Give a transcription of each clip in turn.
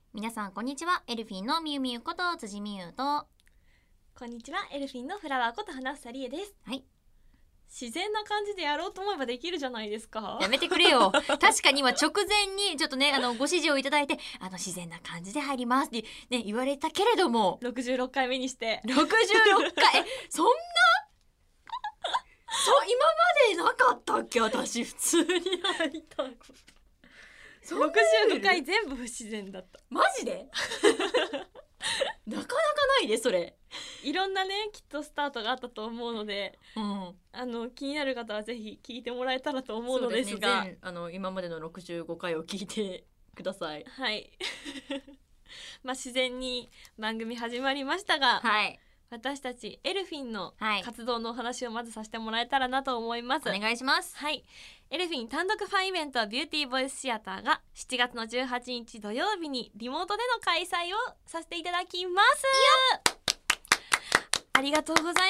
皆さんこんにちは。エルフィンのみゆみゆこと辻みゆと、 こんにちは、エルフィンのフラワーこと花房理恵です。 はい、 自然な感じでやろうと思えばできるじゃないですか。 やめてくれよ。確かに今直前にちょっとねご指示をいただいて、自然な感じで入りますってね言われたけれども、 66回目にして 66回そんな今までなかったっけ？私普通に入ったこと。 65回全部不自然だった。 マジでなかなかないでそれ。 いろんなねきっとスタートがあったと思うので、気になる方はぜひ聞いてもらえたらと思うのですが、 今までの65回を聞いてください。 はい自然に番組始まりましたが、 はい、 私たちエルフィンのはい活動のお話をまずさせてもらえたらなと思います。 お願いします。 はい、エルフィン単独ファンイベントビューティーボイスシアターが7月の18日土曜日にリモートでの開催をさせていただきます。ありがとうございます。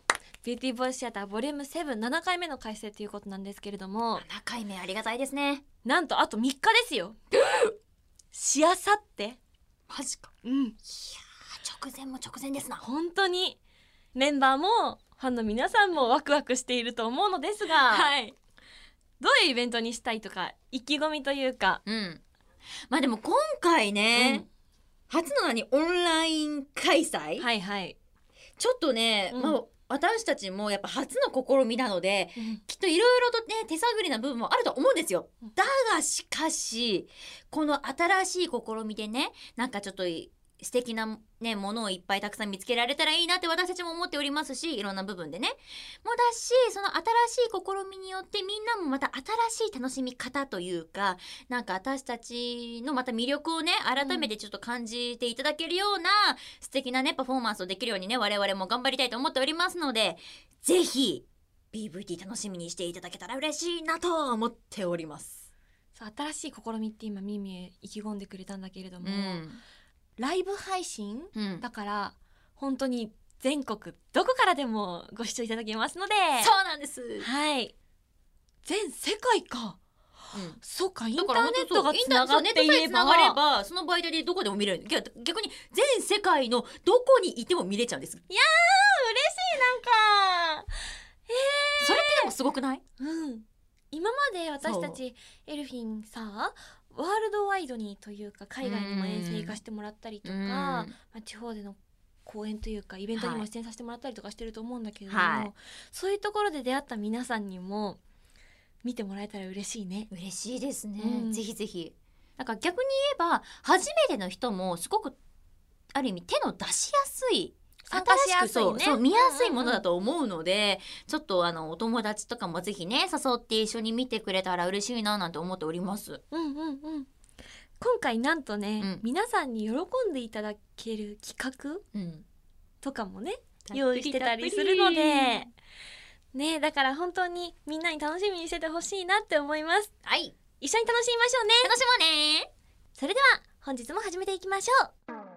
ビューティーボイスシアターボリューム7、7回目の開催ということなんですけれども、 7回目ありがたいですね。 なんとあと3日ですよしあさって。 マジか。 いや直前も直前ですな。 本当にメンバーもファンの皆さんもワクワクしていると思うのですが、 はい、 どういうイベントにしたいとか意気込みというか。 でも今回ね、初のオンライン開催、 はいはい、 ちょっとね、私たちもやっぱ初の試みなので、きっといろいろとね手探りな部分もあると思うんですよ。だがしかしこの新しい試みでね、なんかちょっと素敵なねものをいっぱいたくさん見つけられたらいいなって私たちも思っておりますし、いろんな部分でねもだし、その新しい試みによってみんなもまた新しい楽しみ方というか、なんか私たちのまた魅力をね改めてちょっと感じていただけるような素敵なねパフォーマンスをできるようにね我々も頑張りたいと思っておりますので、ぜひ BVT 楽しみにしていただけたら嬉しいなと思っております。 そう新しい試みって今ミミ意気込んでくれたんだけれども、ライブ配信、だから本当に全国どこからでもご視聴いただけますので。 そうなんです。 はい、全世界か、そうか、インターネットがつながっていればその媒体でどこでも見れる。逆に全世界のどこにいても見れちゃうんです。 いやー嬉しい。なんかそれってでもすごくない？ 今まで私たちエルフィンさワールドワイドにというか海外にも遠征行かしてもらったりとか、地方での公演というかイベントにも出演させてもらったりとかしてると思うんだけれども、そういうところで出会った皆さんにも見てもらえたら嬉しいね。 嬉しいですね、ぜひぜひ。なんか逆に言えば初めての人もすごくある意味手の出しやすい、 参加しやすいね、 そう見やすいものだと思うので、ちょっとお友達とかもぜひね誘って一緒に見てくれたら嬉しいななんて思っております。 今回なんとね、皆さんに喜んでいただける企画、とかもね用意してたりするのでね、だから本当にみんなに楽しみにしててほしいなって思います。 はい、 一緒に楽しみましょうね。 楽しもうね。 それでは本日も始めていきましょう。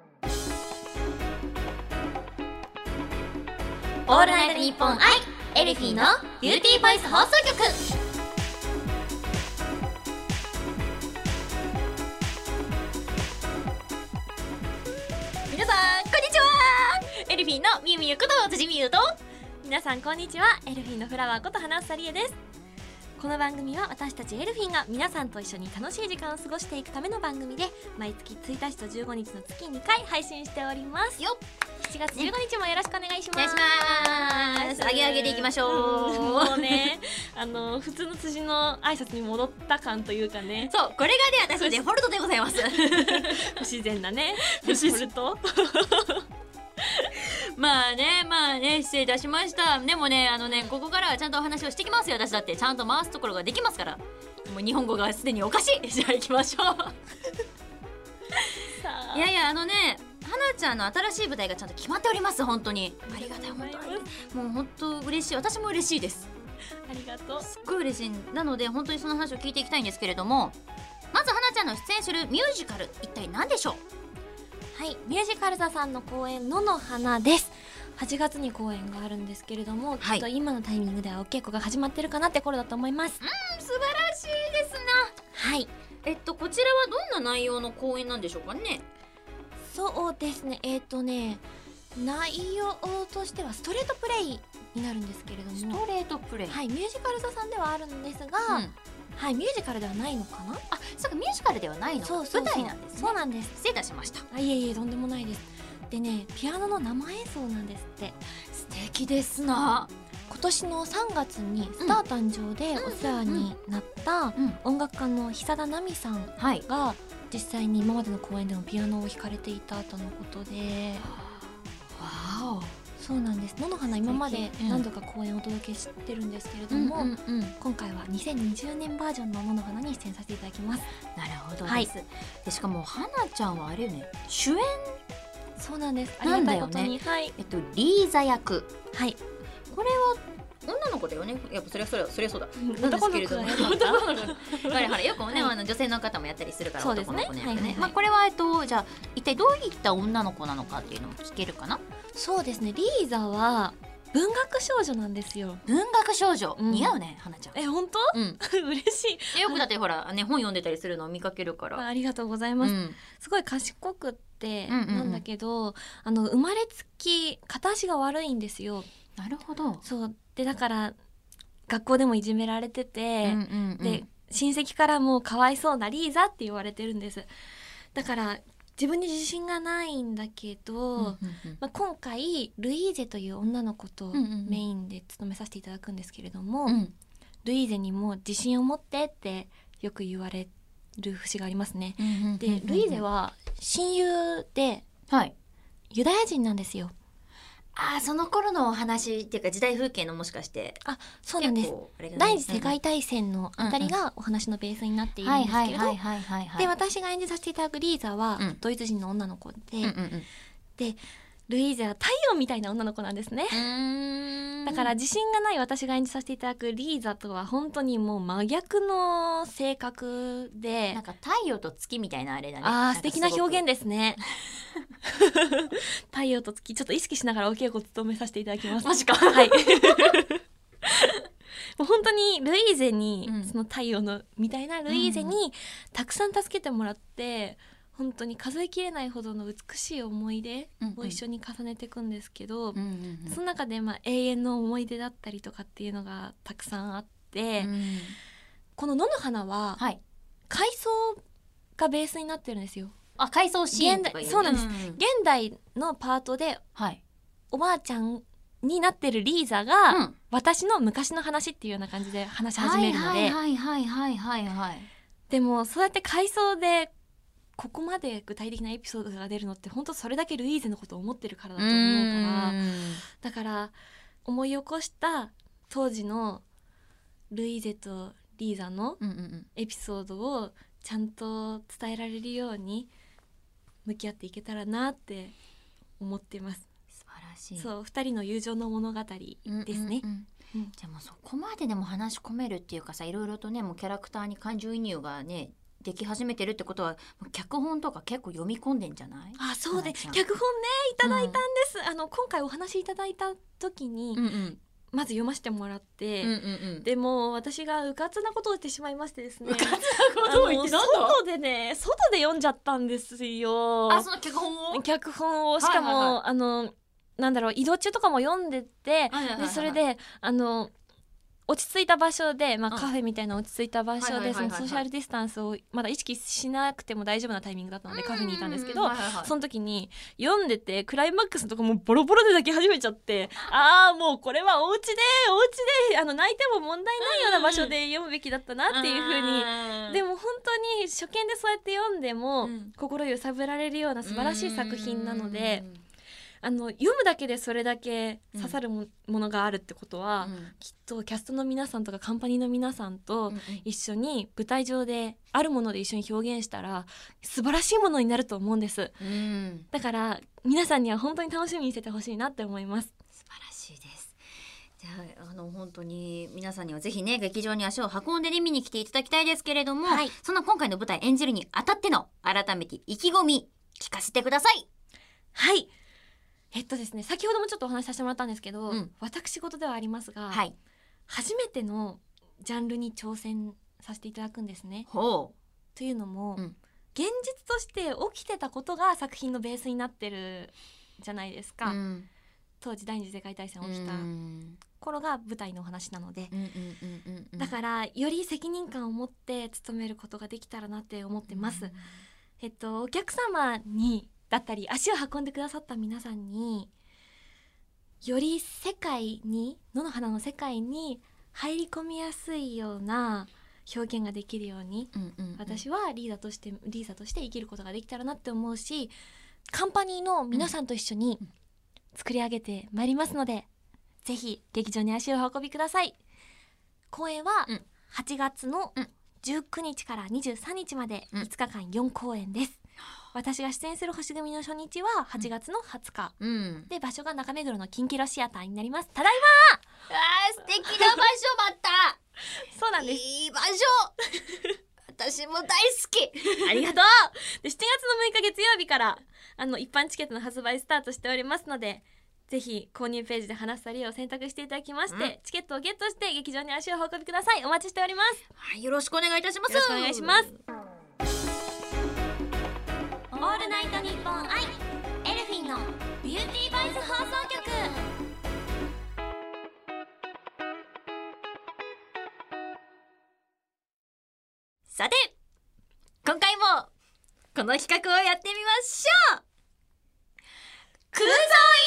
オールナイトニッポン愛エルフィーのビューティーボイス放送局。皆さんこんにちは。エルフィーのみゆみゆこと辻みゆと、 皆さんこんにちは、エルフィンのフラワーこと花房理恵です。この番組は私たちエルフィンが皆さんと一緒に楽しい時間を過ごしていくための番組で、毎月1日と15日の月2回配信しておりますよ。7月15日もよろしくお願いします。 お願いします。上げ上げでいきましょう。 もうね普通の辻の挨拶に戻った感というかね、 そう、これがね私のデフォルトでございます不自然なねデフォルトまあね失礼いたしました。でもねここからはちゃんとお話をしてきますよ。私だってちゃんと回すところができますから。もう日本語がすでにおかしい。じゃあ行きましょういや花ちゃんの新しい舞台がちゃんと決まっております。本当にありがたい。本当にもう本当嬉しい。私も嬉しいです。 ありがとう。 すっごい嬉しい。なので本当にその話を聞いていきたいんですけれども、まず花ちゃんの出演するミュージカル一体何でしょう？ はい、ミュージカル座さんの公演野の花です。8月に公演があるんですけれども、きっと今のタイミングではお稽古が始まってるかなって頃だと思います。 素晴らしいですな。 はい、 こちらはどんな内容の公演なんでしょうかね。 そうですね、内容としてはストレートプレイになるんですけれども、 ストレートプレイ、 はい、ミュージカル座さんではあるんですが、はい、ミュージカルではないのかな。 あ、そうか、ミュージカルではないのか。 そうそうそう、 舞台なんですね。 そうなんです。 失礼いたしました。 いえいえ、とんでもないです。でね、ピアノの生演奏なんですって。 素敵ですな。 今年の3月にスター誕生でお世話になった音楽家の久田奈美さんが実際に今までの公演でもピアノを弾かれていたとのことで、 わお、 そうなんです。野の花今まで何度か公演をお届けしてるんですけれども、今回は2020年バージョンの野の花に出演させていただきます。 なるほどです、でしかも花ちゃんはあれよね、主演そうなんです。あなんだよね。 りがたいことに、はい、 リーザ役、 はい、 これは女の子だよね。やっぱそれはそうだ。 男の子がよかった。 ほらよくね、女性の方もやったりするから男の子の役ね。 まあこれはじゃあ一体どういった女の子なのかっていうのも聞けるかな。 そうですね。リーザは文学少女なんですよ。 文学少女、似合うね、花ちゃん。 本当？嬉しい。 よくだってほらね、本読んでたりするのを見かけるから。 ありがとうございます。すごい賢くってなんだけど、生まれつき片足が悪いんですよ。 なるほど。 そうで、だから学校でもいじめられてて、で親戚からもかわいそうなリーザって言われてるんです。だから自分に自信がないんだけど、今回ルイーゼという女の子とメインで務めさせていただくんですけれども、ルイーゼにも自信を持ってってよく言われる節がありますね。でルイーゼは親友で、ユダヤ人なんですよ。 その頃のお話っていうか時代風景のもしかして。 そうなんです。第一次世界大戦のあたりがお話のベースになっているんですけれど、で私が演じさせていただくリーザはドイツ人の女の子で、でルイーゼは太陽みたいな女の子なんですね。だから自信がない私が演じさせていただくリーザとは本当にもう真逆の性格で、 なんか太陽と月みたいなあれだね。 素敵な表現ですね。太陽と月、ちょっと意識しながらお稽古務めさせていただきます。 マジか。 はい。もう本当にルイーゼに、その太陽のみたいなルイーゼにたくさん助けてもらって、本当に数えきれないほどの美しい思い出を一緒に重ねていくんですけど、その中で永遠の思い出だったりとかっていうのがたくさんあって、この野の花は回想がベースになってるんですよ。 回想シーンとかいう、 そうなんです。現代のパートで、おばあちゃんになってるリーザが、私の昔の話っていうような感じで話し始めるので、でもそうやって回想でここまで具体的なエピソードが出るのって本当それだけルイーゼのことを思ってるからだと思うから、だから思い起こした当時のルイーゼとリーザのエピソードをちゃんと伝えられるように向き合っていけたらなって思ってます。 素晴らしい。 そう、2人の友情の物語ですね。 じゃあもうそこまででも話し込めるっていうかさ、いろいろとね、もうキャラクターに感情移入がねでき始めてるってことは、脚本とか結構読み込んでんじゃない？ そうで、脚本ねいただいたんです。今回お話いただいた時に、まず読ませてもらって、でも私がうかつなことを言ってしまいましてですね、 うかつなことを言って外で読んじゃったんですよ。 その脚本をしかも、なんだろう、移動中とかも読んでて、でそれで落ち着いた場所で、カフェみたいな落ち着いた場所で、そのソーシャルディスタンスをまだ意識しなくても大丈夫なタイミングだったのでカフェにいたんですけど、その時に読んでてクライマックスのとこもボロボロで泣き始めちゃって、もうこれはお家で泣いても問題ないような場所で読むべきだったなっていう風に、でも本当に初見でそうやって読んでも心揺さぶられるような素晴らしい作品なので、読むだけでそれだけ刺さるものがあるってことは、きっとキャストの皆さんとかカンパニーの皆さんと一緒に舞台上であるもので一緒に表現したら素晴らしいものになると思うんです。だから皆さんには本当に楽しみにしててほしいなって思います。 素晴らしいです。じゃあ本当に皆さんにはぜひね劇場に足を運んで見に来ていただきたいですけれども、そんな今回の舞台演じるにあたっての改めて意気込み聞かせてください。 はい、ですね、先ほどもちょっとお話しさせてもらったんですけど、私事ではありますが、 はい、 初めてのジャンルに挑戦させていただくんですね。 というのも、 うん現実として起きてたことが作品のベースになってるじゃないですか、 うん当時第二次世界大戦起きたうん頃が舞台のお話なので、 うんうんうんだからより責任感を持って務めることができたらなって思ってます、お客様にだったり足を運んでくださった皆さんにより世界に野の花の世界に入り込みやすいような表現ができるように、 うんうんうん私はリーダーとして生きることができたらなって思うし、カンパニーの皆さんと一緒に作り上げてまいりますので、ぜひ劇場に足をお運びください。公演はうん 8月のうん 19日から23日まで5日間4公演です、私が出演する星組の初日は8月の20日、 うんで場所が中目黒のキンキロシアターになります。ただい素敵な場所またまそうなんですいい場所私も大好きありがとうで7月の6日月曜日から一般チケットの発売スタートしておりますので、ぜひ購入ページで話すたりを選択していただきまして、チケットをゲットして劇場に足をお運びください。お待ちしております。 はいよろしくお願いいたしますよろしくお願いしますオールナイトニッポンアイエルフィンのビューティーバイス放送局。 さて今回もこの企画をやってみましょう空想イン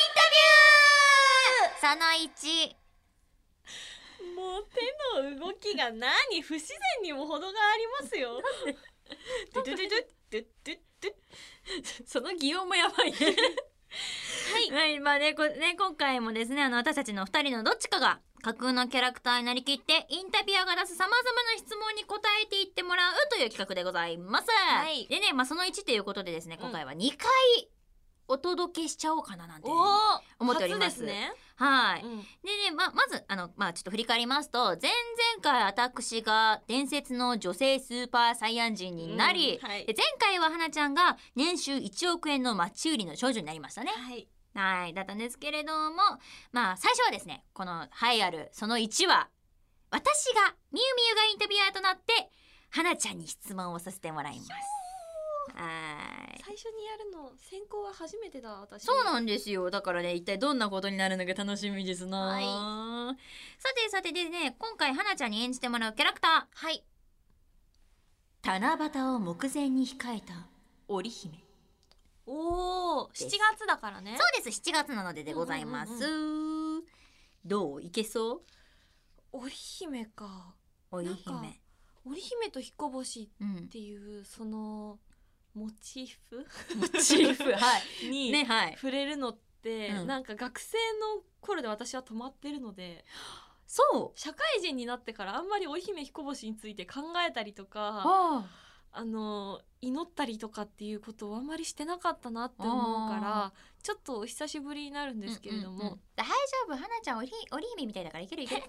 タビューその1 もう手の動きが何不自然にも程がありますよドゥドゥドゥドゥドゥドゥドゥその擬音もやばいねはい、まあね、今回もですね私たちの2人のどっちかが架空のキャラクターになりきってインタビュアーが出すさまざまな質問に答えていってもらうという企画でございます、 はいでね、その1ということでですね今回は2回お届けしちゃおうかななんて思っております。 初ですね、 はい、 うんでね、まずちょっと振り返りますと前々回私が伝説の女性スーパーサイヤ人になり、 はいで前回は花ちゃんが年収1億円の町売りの少女になりましたね。 はいはいだったんですけれども最初はですねこの栄えあるその1は私がみゆみゆがインタビュアーとなって花ちゃんに質問をさせてもらいます。はい最初にやるの先行は初めてだ私。 そうなんですよ。だからね一体どんなことになるのか楽しみですな、 はい、 さてでね今回花ちゃんに演じてもらうキャラクター、はい七夕を目前に控えた織姫。 おー7月だからね。 そうです7月なのでございます、どういけそう織姫か。 織なんか姫織姫と彦星うんっていうそのモチーフモチーフはいにねはい触れるのって、 うんなんか学生の頃で私は止まってるので、 そう社会人になってからあんまり織姫彦星について考えたりとかあ祈ったりとかっていうことをあんまりしてなかったなって思うからちょっとお久しぶりになるんですけれども、 大丈夫花ちゃん織姫みたいだからいけるいける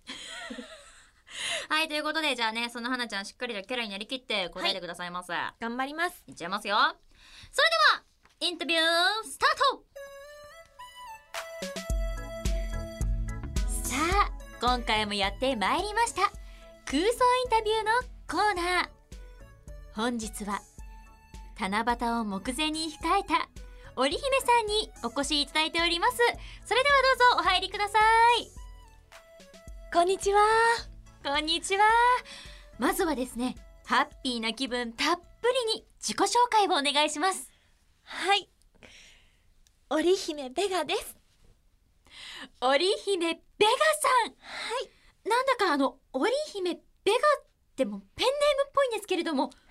はいということでじゃあねその花ちゃんしっかりとキャラになりきって答えてくださいます、 頑張ります。 いっちゃいますよ。それではインタビュースタート。さあ今回もやってまいりました空想インタビューのコーナー。本日は七夕を目前に控えた織姫さんにお越しいただいております。それではどうぞお入りください。 こんにちは。 こんにちは。まずはですねハッピーな気分たっぷりに自己紹介をお願いします。 はい、織姫ベガです。 織姫ベガさん。はいなんだか織姫ベガってもペンネームっぽいんですけれども、 はい、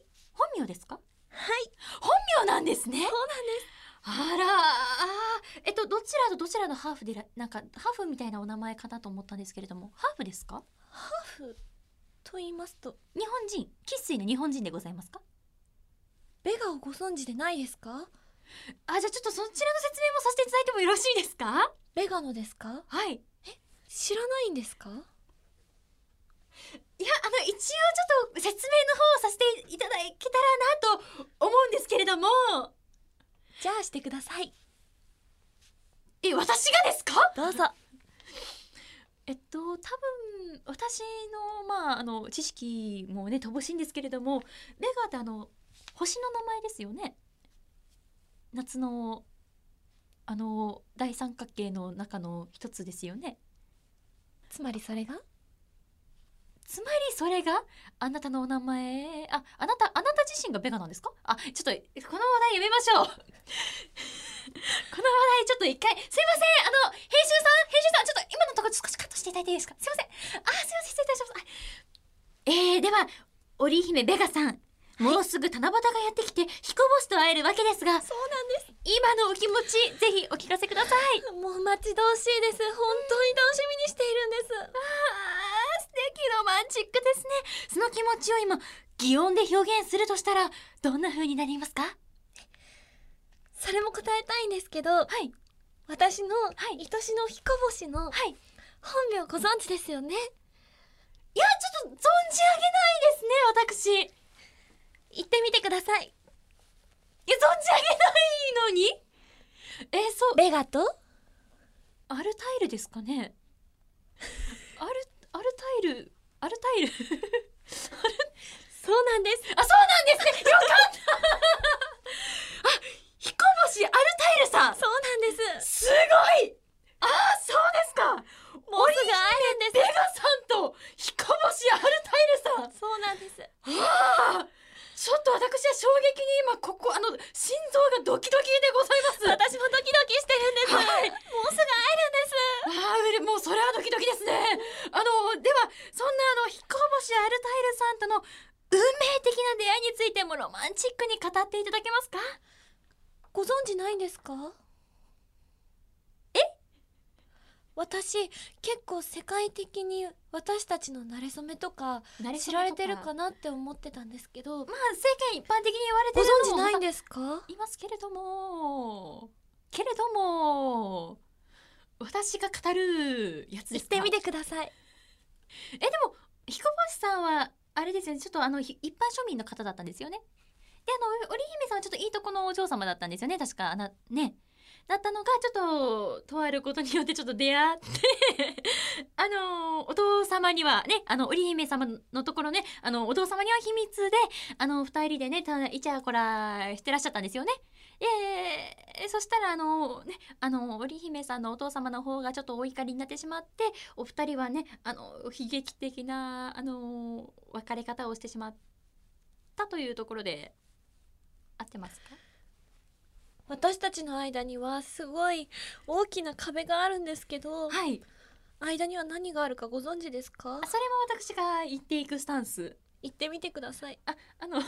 本名ですか？ はい、 本名なんですね。 そうなんです。 あらどちらとどちらのハーフでなんかハーフみたいなお名前かなと思ったんですけれども、ハーフですか？ ハーフと言いますと、 日本人生粋の日本人でございますか？ ベガをご存知でないですか？ じゃあちょっとそちらの説明もさせていただいてもよろしいですか？ ベガのですか？ はい知らないんですか？ いや一応ちょっと説明の方をさせていただけたらなと思うんですけれども。 じゃあしてください。 私がですか？ どうぞ。 多分私の知識もね乏しいんですけれども、ベガって星の名前ですよね。夏の大三角形の中の一つですよね。 つまりそれがあなたのお名前、あなた自身がベガなんですか？ちょっとこの話題やめましょうこの話題ちょっと一回、すいません、編集さんちょっと今のところ少しカットしていただいていいですか？すいません、すいません、失礼いたします。では織姫ベガさん、もうすぐ七夕がやってきて彦星と会えるわけですが、 そうなんです。 今のお気持ちぜひお聞かせください。 もう待ち遠しいです。本当に楽しみにしているんです。 素敵、ロマンチックですね。その気持ちを今擬音で表現するとしたらどんな風になりますか？ それも答えたいんですけど、 はい、 私のはい、 愛しの彦星のはい。 本名ご存知ですよね。 いや、ちょっと存じ上げないですね、私。 言ってみてください。 いや、存じ上げないのに。 ベガとアルタイルですかね。アルタイルそうなんです。 そうなんですね。よかった彦星アルタイルさん。 そうなんです。 すごい。そうですか。 もうすぐ会えるんです。 ベガさんと彦星アルタイルさん。 そうなんです。 ちょっと私は衝撃に今心臓がドキドキでございます。 私もドキドキしてるんです。 はい、 もうすぐ会えるんです。 もうそれはドキドキですね。ではそんな彦星アルタイルさんとの運命的な出会いについてもロマンチックに語っていただけますか？ ご存知ないんですか？私結構世界的に私たちの馴れ初めとか知られてるかなって思ってたんですけど、 世間一般的に言われてごるのも存知ないんですか？ いますけれども私が語るやつですか？ 言ってみてください。 でも彦星さんはあれですよね、ちょっと一般庶民の方だったんですよね。で織姫さんはちょっといいとこのお嬢様だったんですよね、確かね。だったのがちょっととあることによってちょっと出会ってお父様にはね、織姫様のところね、お父様には秘密で二人でねイチャコラしてらっしゃったんですよね。そしたら織姫さんのお父様の方がちょっとお怒りになってしまって、お二人はね悲劇的な別れ方をしてしまったというところで合ってますか？ 私たちの間にはすごい大きな壁があるんですけど、 はい、 間には何があるかご存知ですか？ それも私が言っていくスタンス。 言ってみてください。 天の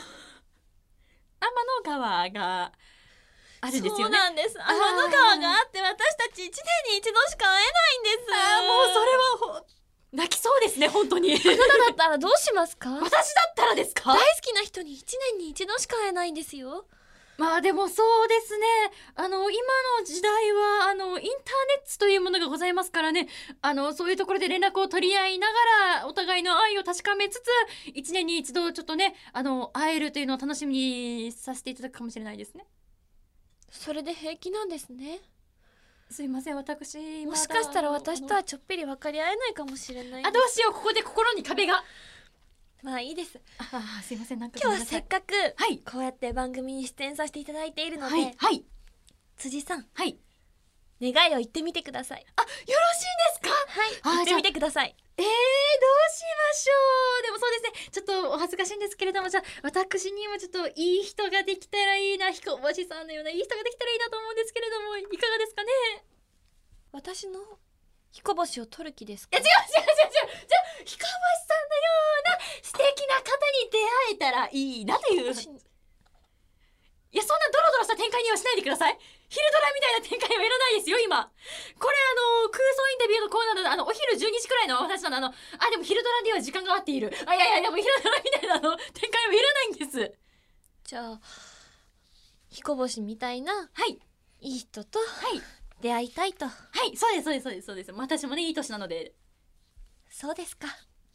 川があるんですよね。 そうなんです。天の川があって私たち1年に1度しか会えないんです。 もうそれは泣きそうですね、本当に。 あなただったらどうしますか？ 私だったらですか？ 大好きな人に1年に1度しか会えないんですよ。 でもそうですね、今の時代はインターネットというものがございますからね、そういうところで連絡を取り合いながらお互いの愛を確かめつつ1年に1度ちょっとね会えるというのを楽しみにさせていただくかもしれないですね。 それで平気なんですね。 すいません、私もしかしたら私とはちょっぴり分かり合えないかもしれない。 どうしよう、ここで心に壁が。 まあいいです。 すいません、なんか今日はせっかくはいこうやって番組に出演させていただいているので、 はい辻さん、 はい、 願いを言ってみてください。 よろしいですか？ はい、言ってみてください。 どうしましょう。でもそうですね、ちょっとお恥ずかしいんですけれども、じゃあ私にもちょっといい人ができたらいいな、彦星さんのようないい人ができたらいいなと思うんですけれども、いかがですかね？ 私の彦星を取る気ですか？ 違う、じゃあ彦星さんのような素敵な方に出会えたらいいなという。いや、そんなドロドロした展開にはしないでください。昼ドラみたいな展開はいらないですよ、今。これ空想インタビューのコーナーのお昼12時くらいのお話なの。でも昼ドラでは時間が合っている。いや、でも昼ドラみたいな展開はいらないんです。 じゃあ彦星みたいな、いい人と出会いたいと。 そうです。私もねいい年なので。 そうですか。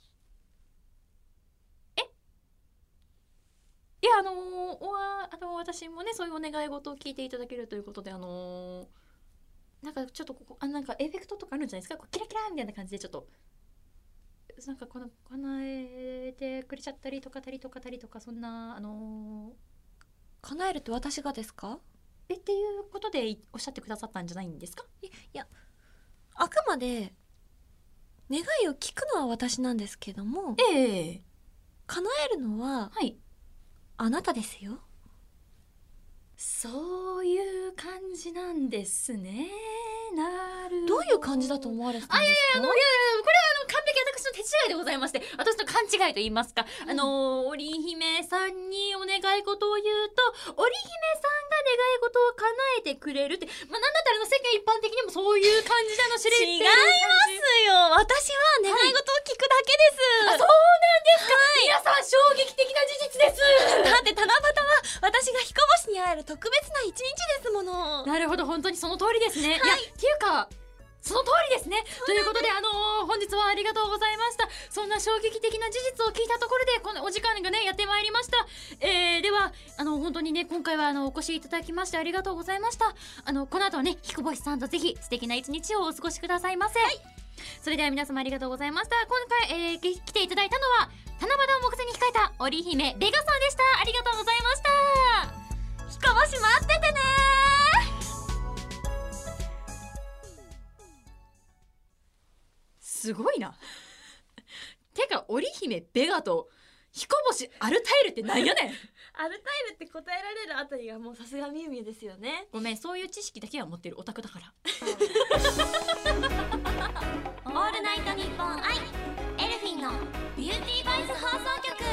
いや私もねそういうお願い事を聞いていただけるということでなんかちょっとここなんかエフェクトとかあるんじゃないですか、こうキラキラみたいな感じでちょっとなんか叶えてくれちゃったりとかそんな叶えるって私がですか？ っていうことでおっしゃってくださったんじゃないんですか？ いや、あくまで願いを聞くのは私なんですけども、叶えるのははいあなたですよ。 そういう感じなんですね。なるほど。 どういう感じだと思われてたんですか？ これは完璧私の手違いでございまして、私の勘違いと言いますか、織姫さんにお願い事を言うと織姫さんが願い事を叶えてくれるって、なんだったら世間一般的にもそういう感じなの知れてる違いますよ。私は願い事を聞くだけです。 そうなんですか、皆さん衝撃的な事実です。 だって七夕は私が彦星に会える特別な一日ですもの。 なるほど、本当にその通りですね。っていうかその通りですね。ということで本日はありがとうございました。そんな衝撃的な事実を聞いたところでこのお時間がねやってまいりました。では本当にね今回はお越しいただきましてありがとうございました。この後はね彦星さんとぜひ素敵な一日をお過ごしくださいませ。それでは皆様ありがとうございました。今回、来ていただいたのは七夕を目前に控えた織姫ベガさんでした。ありがとうございました。彦星待っててね。すごいな。てか織姫ベガと彦星アルタイルってなんやねん。 アルタイルって答えられるあたりがもうさすがみゆみゆですよね。 ごめん、そういう知識だけは持ってるオタクだからオールナイトニッポンアイエルフィンのビューティーバイス放送局。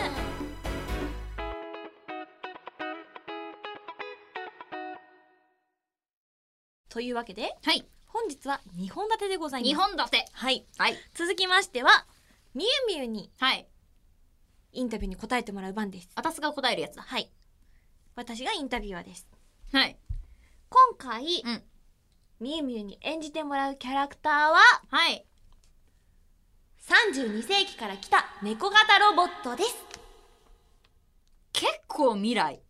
というわけで、 はい、 本日は2本立てでございます。 2本立て。 はい、 はい、 続きましてはみゆみゆにはいインタビューに答えてもらう番です。 私が答えるやつだ。 はい、私がインタビュアーです。 はい、 今回、 うん、 みゆみゆに演じてもらうキャラクターは、 はい、 32世紀から来た猫型ロボットです。 結構未来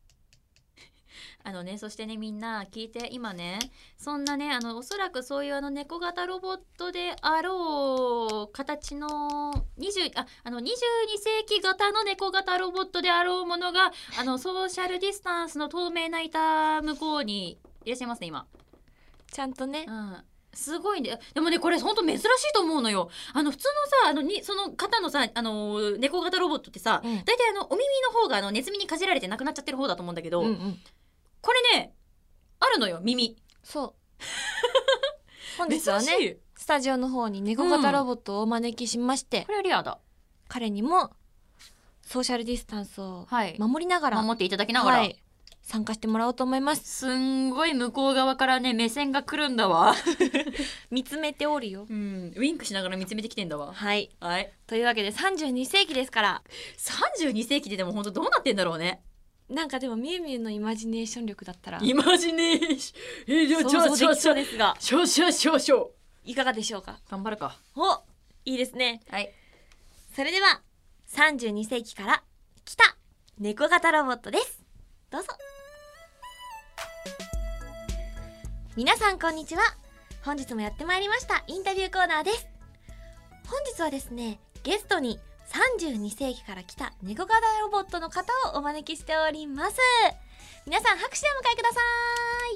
そしてねみんな聞いて、今ねそんなねおそらくそういう猫型ロボットであろう形の22世紀型の猫型ロボットであろうものがソーシャルディスタンスの透明な板向こうにいらっしゃいますね今。 ちゃんとね、 すごいね。でもねこれほんと珍しいと思うのよ。普通のさその方のさ猫型ロボットってさ、だいたいお耳の方がネズミにかじられてなくなっちゃってる方だと思うんだけど、これねあるのよ耳。 そう本日はねスタジオの方に猫型ロボットをお招きしまして、 これはリアだ。 彼にもソーシャルディスタンスをはい守りながら、 守っていただきながら、 参加してもらおうと思います。 すんごい向こう側からね目線が来るんだわ見つめておるよ。 ウィンクしながら見つめてきてんだわ。 はい、 はい、 というわけで32世紀ですから。 32世紀ででもほんとどうなってんだろうね。 なんかでもみゆみゆのイマジネーション力だったらイマジネーション想像できそうですが、いかがでしょうか。 頑張るか。 お、いいですね。 はい、 それでは32世紀から来た猫型ロボットです。どうぞ。皆さんこんにちは。本日もやってまいりましたインタビューコーナーです。本日はですね、ゲストに32世紀から来た猫型ロボットの方をお招きしております。皆さん拍手でお迎えください。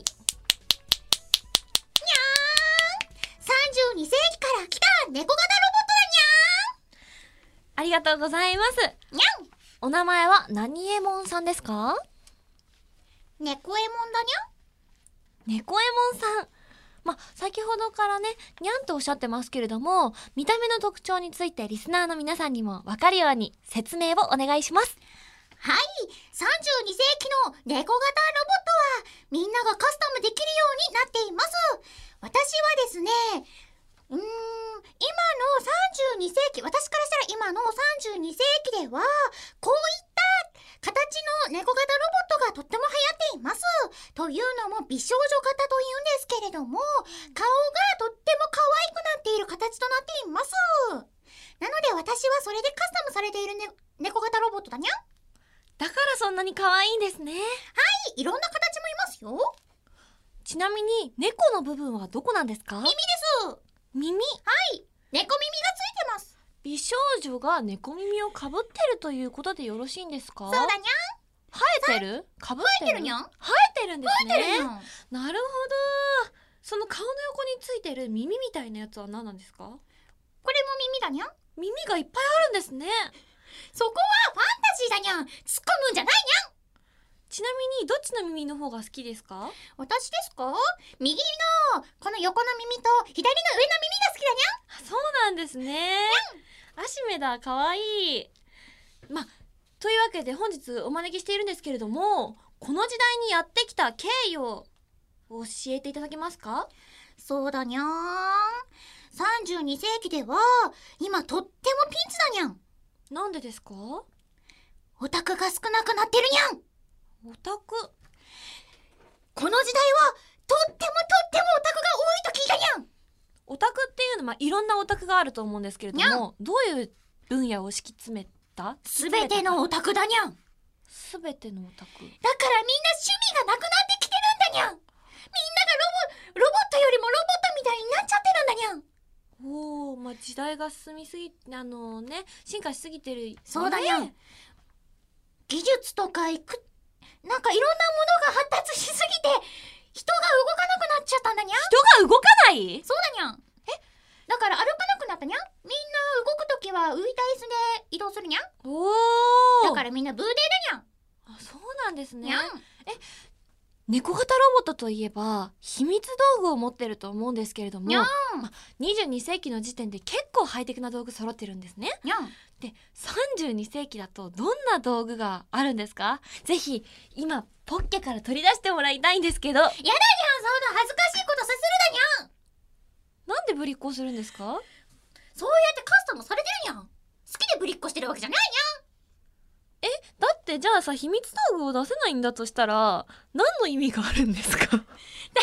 にゃーん、32世紀から来た猫型ロボットだにありがとうございます。 ゃーん。にゃん。 お名前は何えもんさんですか？ 猫えもんだに猫えもんさん。先ほどからね、にゃんとおっしゃってますけれども、見た目の特徴についてリスナーの皆さんにも分かるように説明をお願いします。 ゃん。はい、32世紀の猫型ロボットはみんながカスタムできるようになっています。私はですね、今の32世紀、私からしたら今の32世紀ではこういった形の猫型ロボットがとっても流行っています。というのも美少女型というんですけれども、顔がとっても可愛くなっている形となっています。なので私はそれでカスタムされている、猫型ロボットだにゃん。 だからそんなに可愛いんですね。 はい、いろんな形もいますよ。 ちちなみに猫の部分はどこなんですか？ 耳です。 耳。 猫耳がついてます。 美少女が猫耳をかぶってるということでよろしいんですか？ そうだにゃん。 生えてる？かぶってる？ 生えてるにゃん。 生えてるんですね。 生えてるにゃん。 なるほど。その顔の横についてる耳みたいなやつは何なんですか？ これも耳だにゃん。 耳がいっぱいあるんですね。 そこはファンタジーだにゃん。突っ込むんじゃないにゃん。 ちなみにどっちの耳の方が好きですか？ 私ですか？右のこの横の耳と左の上の耳が好きだにゃん。 そうなんですね。アシメだ、かわいい。というわけで本日お招きしているんですけれども、この時代にやってきた経緯を教えていただけますか？ そうだにゃん。32世紀では今とってもピンチだにゃん。 なんでですか？ オタクが少なくなってるにゃん。 オタク。 この時代はとってもオタクが多いと聞いたにゃん。 オタクっていうのは、いろんなオタクがあると思うんですけれども、どういう分野を敷き詰めた？ すべてのオタクだにゃん。 すべてのオタク。 だからみんな趣味がなくなってきてるんだにゃん。みんながロボットよりもロボットみたいになっちゃってるんだにゃん。 時代が進みすぎ進化しすぎてる、ね、 そうだにゃん。技術とかなんかいろんなものが発達しすぎて人が動かなくなっちゃったんだにゃん。 人が動かない？ そうだにゃん。だから歩かなくなったにゃん。みんな動くときは浮いた椅子で移動するにゃん。だからみんなブーデーだにゃん。 あ、そうなんですね。 にゃん。 猫型ロボットといえば秘密道具を持ってると思うんですけれども、 にゃん。 22世紀の時点で結構ハイテクな道具揃ってるんですね。 にゃん。 で、32世紀だとどんな道具があるんですか？ぜひ今ポッケから取り出してもらいたいんですけど。 やだにゃん。そんな恥ずかしいことさせるだにゃん。 なんでぶりっ子するんですか？ そうやってカスタムされてるにゃん。好きでぶりっ子してるわけじゃないだってじゃあさ、秘密道具を出せないんだとしたら何の意味があるんですか？ にゃん。言って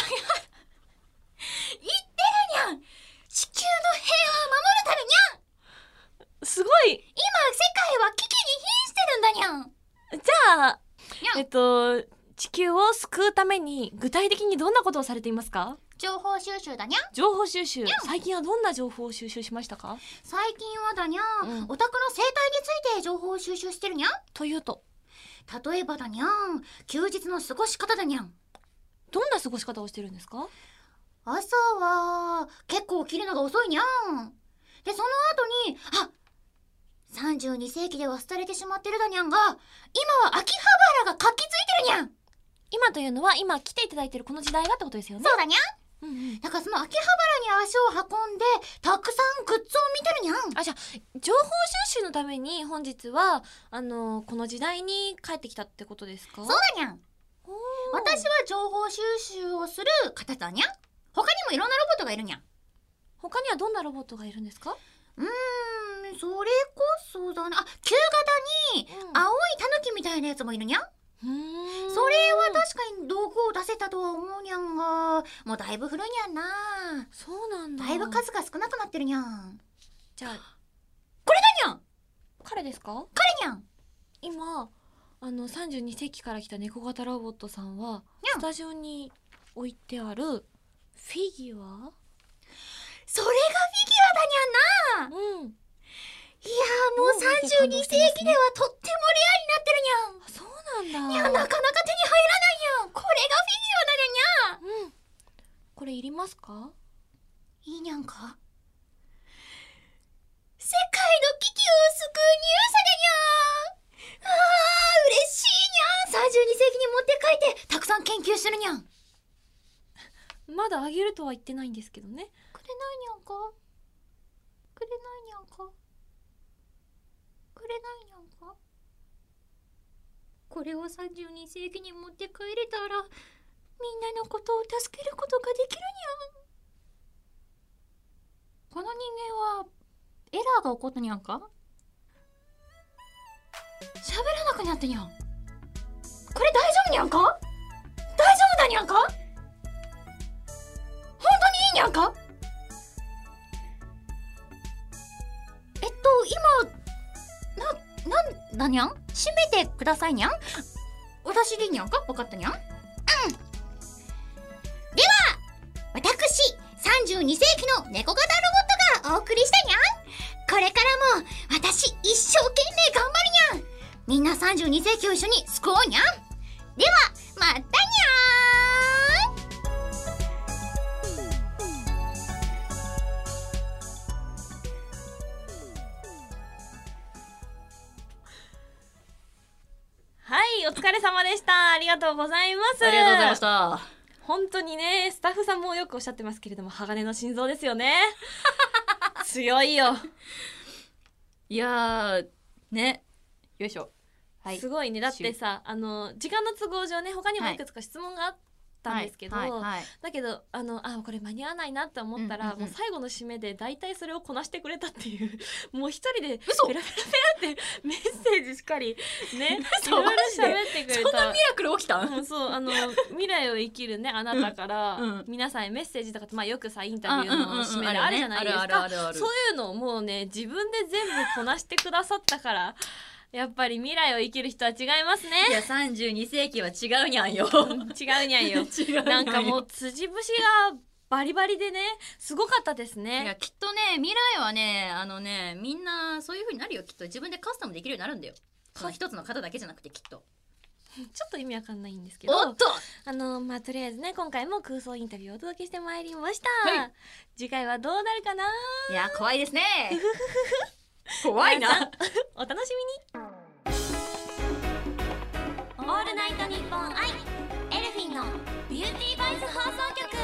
るにゃん。地球の平和を守るためにゃん。 すごい。 今世界は危機に瀕してるんだにゃん。 じゃあ地球を救うために具体的にどんなことをされていますか？ 情報収集だにゃん。 情報収集。最近はどんな情報を収集しましたか？ 最近はだにゃん、オタクの生態について情報を収集してるにゃん。 というと、 例えばだにゃん、休日の過ごし方だにゃん。 どんな過ごし方をしてるんですか？ 朝は結構起きるのが遅いにゃん。でその後に32世紀では廃れてしまってるだにゃんが、今は秋葉原が活気づいてるにゃん。 今というのは今来ていただいてるこの時代がってことですよね。 そうだにゃん。 だからその秋葉原に足を運んでたくさんグッズを見てるにゃん。 じゃあ情報収集のために本日はこの時代に帰ってきたってことですか？ そうだにゃん。私は情報収集をする方だにゃん。他にもいろんなロボットがいるにゃん。 他にはどんなロボットがいるんですか？ それこそだな。旧型に青いタヌキみたいなやつもいるにゃん。それは確かに道具を出せたとは思うにゃんが、もうだいぶ古いにゃんな。 そうなんだ。 だいぶ数が少なくなってるにゃん。 じゃあこれだにゃん。 彼ですか？ 彼にゃん。 今32世紀から来た猫型ロボットさんはスタジオに置いてあるフィギュア？ それがフィギュアだにゃんな。いやもう32世紀ではとってもレアになってるにゃん。 そうなんだ。 にゃん、なかなか手に入らないにゃん。これがフィギュアだにゃん。 これいりますか？ いいにゃんか。世界の危機を救うニュースでにゃん。嬉しいにゃん。32世紀に持って帰ってたくさん研究するにゃん。 まだあげるとは言ってないんですけどね。 くれないにゃんか。くれないにゃんか。くれないにゃんか。これを32世紀に持って帰れたらみんなのことを助けることができるにゃん。この人間はエラーが起こったにゃんか。喋らなくなったにゃん。これ大丈夫にゃんか。大丈夫だにゃんか。本当にいいにゃんか。今なんだにゃん。閉めてくださいにゃん。私でいいにゃんか。分かったにゃん。では 32世紀の猫型ロボットがお送りしたにゃん。これからも私一生懸命頑張るにゃん。みんな32世紀を一緒に救おうにゃん。ではまたにゃーん。 はい、お疲れ様でした。ありがとうございます。 ありがとうございました。 本当にね、スタッフさんもよくおっしゃってますけれども、鋼の心臓ですよね。強いよ。 いやーね、よいしょ。はい、 すごいね。だってさ、時間の都合上ね、他にもいくつか質問があったんですけど、だけどこれ間に合わないなって思ったら、もう最後の締めで大体それをこなしてくれたっていう、もう一人でペラペラペラってメッセージしっかりね、いろいろ喋ってくれた。 そんなミラクル起きたん？ そう、未来を生きるね、あなたから、皆さんへメッセージとかって、よくさインタビューの締めであるじゃないですか。そういうのをもうね、自分で全部こなしてくださったからやっぱり未来を生きる人は違いますね。 いや32世紀は違うにゃんよ。 違うにゃんよ。なんかもう辻節がバリバリでね、すごかったですね。 いやきっとね、未来はねみんなそういう風になるよ。きっと自分でカスタムできるようになるんだよ。その一つの方だけじゃなくて、きっとちょっと意味わかんないんですけど、 おっととりあえずね、今回も空想インタビューをお届けしてまいりました。次回はどうなるかな。 いや怖いですね。怖いな。 お楽しみに。オールナイトニッポンアイエルフィンのビューティーバイス放送局。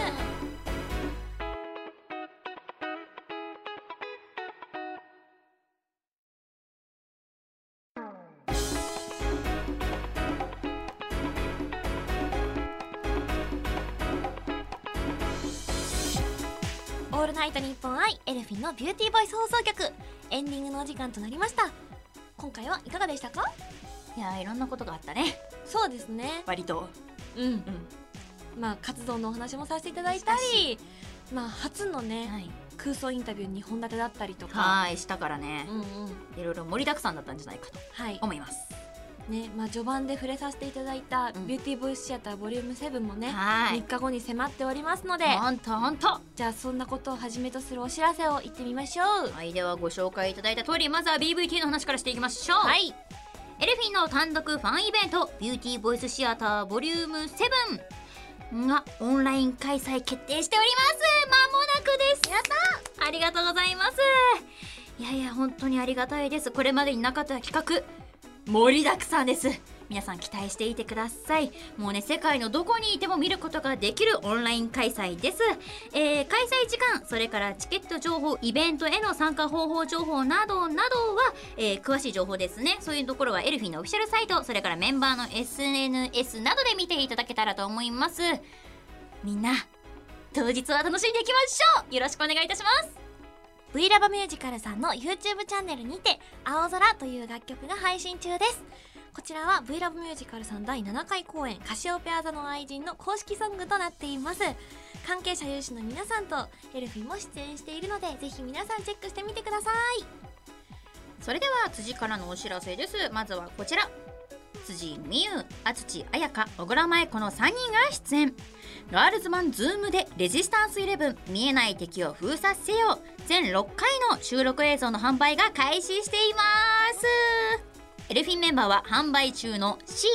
オールナイトニッポンアイエルフィンのビューティーボイス放送局、エンディングのお時間となりました。今回はいかがでしたか？ いやいろんなことがあったね。 そうですね、 割と活動のお話もさせていただいたり、初のね、空想インタビュー2本立てだったりとかしたからね、いろいろ盛りだくさんだったんじゃないかと思います。 ね、序盤で触れさせていただいたビューティーボイスシアターボリューム7もね、3日後に迫っておりますので、 ほんとじゃあそんなことをはじめとするお知らせを言ってみましょう。 はい、ではご紹介いただいた通り、まずは BVT の話からしていきましょう。はい、エルフィンの単独ファンイベントビューティーボイスシアターボリューム7がオンライン開催決定しております。間もなくです。やった、ありがとうございます。いや本当にありがたいです。これまでになかった企画盛りだくさんです。皆さん期待していてください。もうね、世界のどこにいても見ることができるオンライン開催です。開催時間、それからチケット情報、イベントへの参加方法情報などなどは、詳しい情報ですね、そういうところはエルフィンのオフィシャルサイト、それからメンバーの SNS などで見ていただけたらと思います。みんな当日は楽しんでいきましょう。よろしくお願いいたします。 V ラバミュージカルさんの YouTube チャンネルにて青空という楽曲が配信中です。こちらは V ラブミュージカルさん第7回公演カシオペア座の愛人の公式ソングとなっています。関係者有志の皆さんとエルフィンも出演しているので、ぜひ皆さんチェックしてみてください。 それでは辻からのお知らせです。まずはこちら、辻美優、厚地彩香、小倉舞子の3人が出演。ガールズマンズームでレジスタンス11見えない敵を封鎖せよ全6回の収録映像の販売が開始しています。エルフィンメンバーは販売中の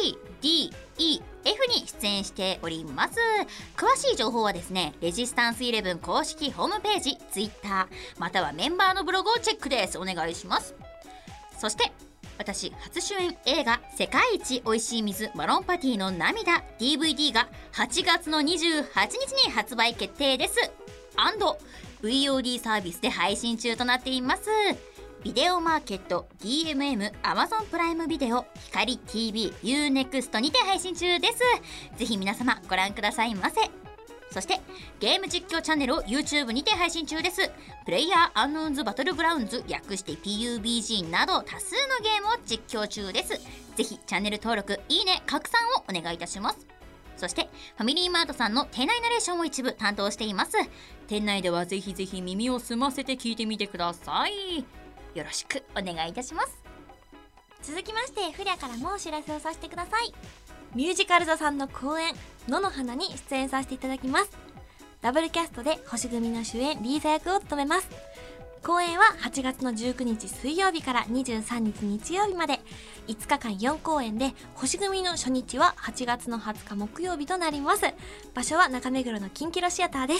C、D、E、F に出演しております。詳しい情報はですね、レジスタンス11公式ホームページ、Twitter またはメンバーのブログをチェックです。お願いします。そして私初主演映画世界一おいしい水マロンパティの涙 DVD が8月の28日に発売決定です。VOD サービスで配信中となっています。ビデオマーケット、DMM、Amazon プライムビデオ、光 TV、UNEXT にて配信中です。ぜひ皆様ご覧くださいませ。そしてゲーム実況チャンネルを YouTube にて配信中です。プレイヤーアンノーンズバトルグラウンズ、略して PUBG など多数のゲームを実況中です。ぜひチャンネル登録、いいね、拡散をお願いいたします。そしてファミリーマートさんの店内ナレーションを一部担当しています。店内ではぜひぜひ耳を澄ませて聞いてみてください。よろしくお願いいたします。 続きましてフリャからもお知らせをさせてください。ミュージカル座さんの公演野の花に出演させていただきます。 ダブルキャストで星組の主演リーザ役を務めます。公演は8月の19日水曜日から23日日曜日まで5日間4公演で、星組の初日は8月の20日木曜日となります。場所は中目黒のキンキロシアターです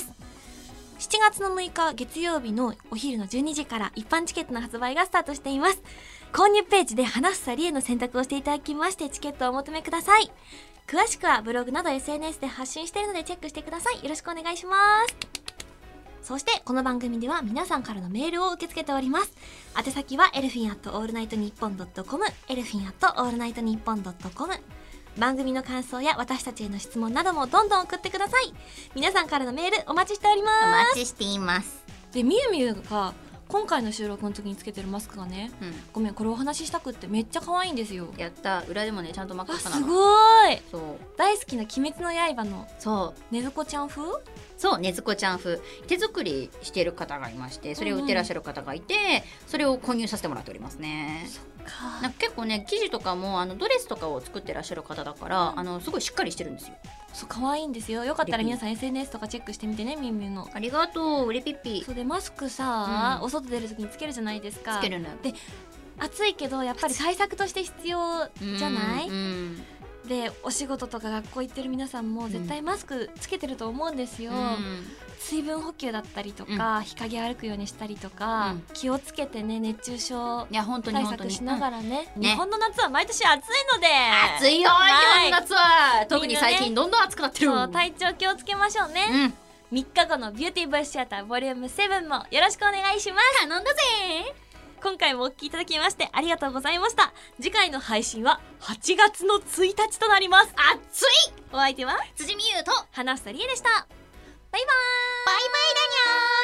。7月の6日月曜日のお昼の12時から一般チケットの発売がスタートしています。購入ページで花房理恵の選択をしていただきましてチケットをお求めください。詳しくはブログなど SNS で発信しているのでチェックしてください。よろしくお願いします。そしてこの番組では皆さんからのメールを受け付けております。宛先はエルフィン@allnightnippon.com、エルフィン@allnightnippon.com。番組の感想や私たちへの質問などもどんどん送ってください。皆さんからのメールお待ちしております。 お待ちしています。 でみゆみゆが今回の収録の時につけてるマスクがね、ごめんこれお話ししたくってめっちゃ可愛いんですよ。 やった。裏でもねちゃんと真っ赤なの。 すごい。 そう大好きな鬼滅の刃のそうねずこちゃん風。 そうねずこちゃん風手作りしている方がいまして、それを売ってらっしゃる方がいて、それを購入させてもらっておりますね。なんか結構ね生地とかもドレスとかを作ってらっしゃる方だから、すごいしっかりしてるんですよ。 そう可愛いんですよ。よかったら皆さん SNS とかチェックしてみてね、みゆみゆの。 ありがとう、うれぴっぴ。 そうでマスクさ、お外出る時につけるじゃないですか。 つけるので暑いけどやっぱり対策として必要じゃない？でお仕事とか学校行ってる皆さんも絶対マスクつけてると思うんですよ。水分補給だったりとか、日陰歩くようにしたりとか、気をつけてね、熱中症対策しながらね。日本の夏は毎年暑いので、 暑いよ、日本の夏は特に最近どんどん暑くなってる。 そう体調気をつけましょうね。3日後のビューティーボイスシアターボリューム7もよろしくお願いします。 頼んだぜ。 今回もお聞きいただきましてありがとうございました。次回の配信は8月の1日となります。 暑い。 お相手は辻美優と花房理恵でした。バイバーイ。 バイバイだにゃー。